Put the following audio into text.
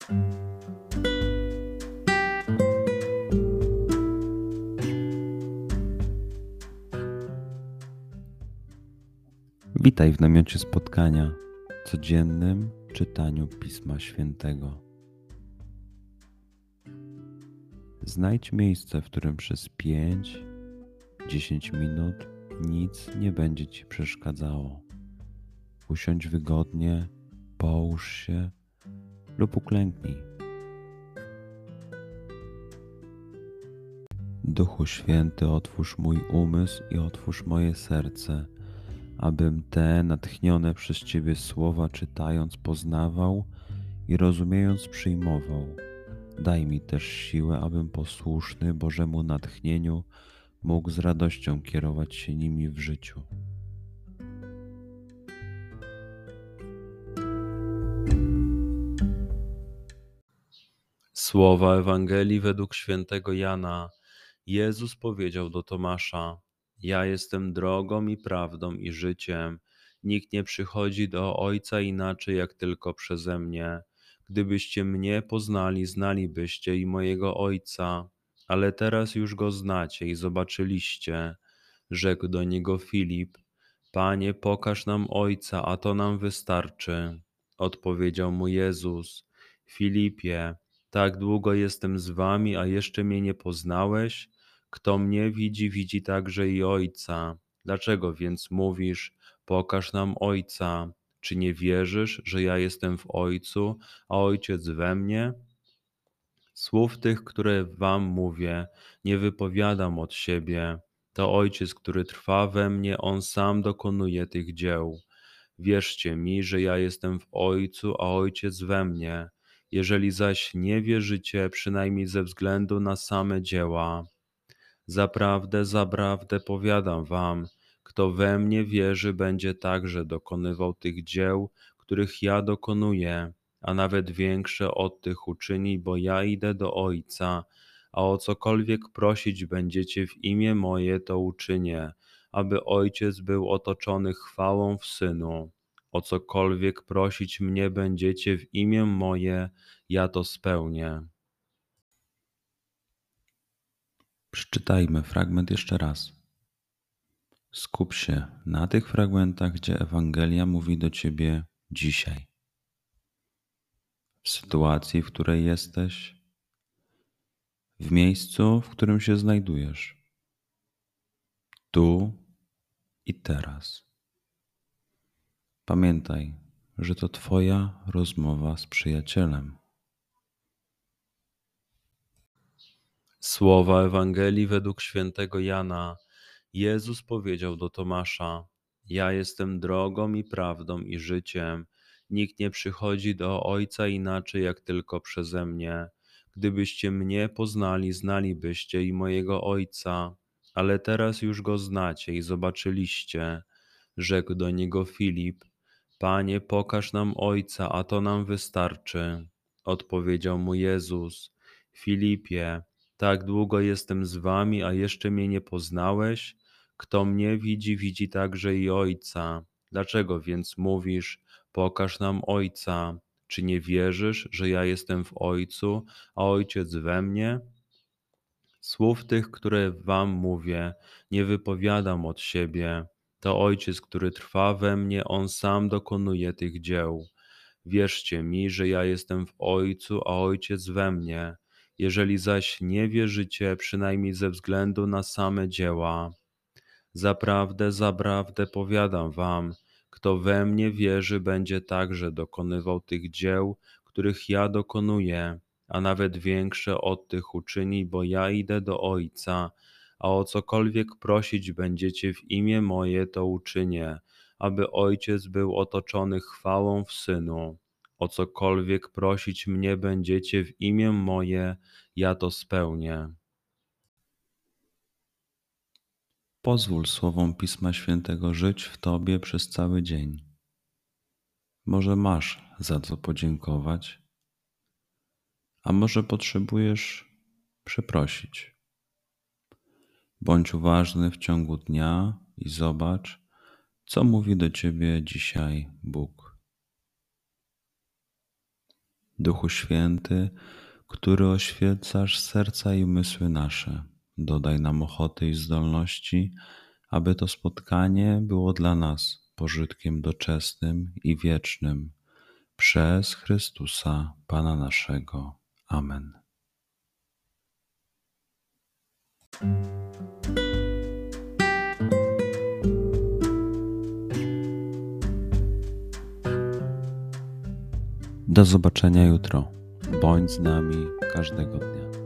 Witaj w namiocie spotkania, codziennym czytaniu Pisma Świętego. Znajdź miejsce, w którym przez 5-10 minut nic nie będzie Ci przeszkadzało. Usiądź wygodnie, połóż się lub uklęknij. Duchu Święty, otwórz mój umysł i otwórz moje serce, abym te natchnione przez Ciebie słowa czytając poznawał i rozumiejąc przyjmował. Daj mi też siłę, abym posłuszny Bożemu natchnieniu mógł z radością kierować się nimi w życiu. Słowa Ewangelii według świętego Jana. Jezus powiedział do Tomasza: Ja jestem drogą i prawdą i życiem. Nikt nie przychodzi do Ojca inaczej jak tylko przeze mnie. Gdybyście mnie poznali, znalibyście i mojego Ojca, ale teraz już go znacie i zobaczyliście. Rzekł do niego Filip: Panie, pokaż nam Ojca, a to nam wystarczy. Odpowiedział mu Jezus: Filipie, tak długo jestem z wami, a jeszcze mnie nie poznałeś? Kto mnie widzi, widzi także i Ojca. Dlaczego więc mówisz: pokaż nam Ojca? Czy nie wierzysz, że ja jestem w Ojcu, a Ojciec we mnie? Słów tych, które wam mówię, nie wypowiadam od siebie. To Ojciec, który trwa we mnie, On sam dokonuje tych dzieł. Wierzcie mi, że ja jestem w Ojcu, a Ojciec we mnie. Jeżeli zaś nie wierzycie, przynajmniej ze względu na same dzieła. Zaprawdę powiadam wam, kto we mnie wierzy, będzie także dokonywał tych dzieł, których ja dokonuję, a nawet większe od tych uczyni, bo ja idę do Ojca, a o cokolwiek prosić będziecie w imię moje, to uczynię, aby Ojciec był otoczony chwałą w Synu. O cokolwiek prosić mnie będziecie w imię moje, ja to spełnię. Przeczytajmy fragment jeszcze raz. Skup się na tych fragmentach, gdzie Ewangelia mówi do Ciebie dzisiaj. W sytuacji, w której jesteś, w miejscu, w którym się znajdujesz, tu i teraz. Pamiętaj, że to Twoja rozmowa z przyjacielem. Słowa Ewangelii według świętego Jana. Jezus powiedział do Tomasza: Ja jestem drogą i prawdą i życiem. Nikt nie przychodzi do Ojca inaczej jak tylko przeze mnie. Gdybyście mnie poznali, znalibyście i mojego Ojca, ale teraz już go znacie i zobaczyliście. Rzekł do niego Filip: Panie, pokaż nam Ojca, a to nam wystarczy. Odpowiedział mu Jezus: Filipie, tak długo jestem z wami, a jeszcze mnie nie poznałeś? Kto mnie widzi, widzi także i Ojca. Dlaczego więc mówisz: pokaż nam Ojca? Czy nie wierzysz, że ja jestem w Ojcu, a Ojciec we mnie? Słów tych, które wam mówię, nie wypowiadam od siebie. To Ojciec, który trwa we mnie, On sam dokonuje tych dzieł. Wierzcie mi, że ja jestem w Ojcu, a Ojciec we mnie. Jeżeli zaś nie wierzycie, przynajmniej ze względu na same dzieła. Zaprawdę powiadam wam, kto we mnie wierzy, będzie także dokonywał tych dzieł, których ja dokonuję, a nawet większe od tych uczyni, bo ja idę do Ojca, a o cokolwiek prosić będziecie w imię moje, to uczynię, aby Ojciec był otoczony chwałą w Synu. O cokolwiek prosić mnie będziecie w imię moje, ja to spełnię. Pozwól słowom Pisma Świętego żyć w Tobie przez cały dzień. Może masz za co podziękować, a może potrzebujesz przeprosić. Bądź uważny w ciągu dnia i zobacz, co mówi do Ciebie dzisiaj Bóg. Duchu Święty, który oświecasz serca i umysły nasze, dodaj nam ochoty i zdolności, aby to spotkanie było dla nas pożytkiem doczesnym i wiecznym. Przez Chrystusa, Pana naszego. Amen. Do zobaczenia jutro. Bądź z nami każdego dnia.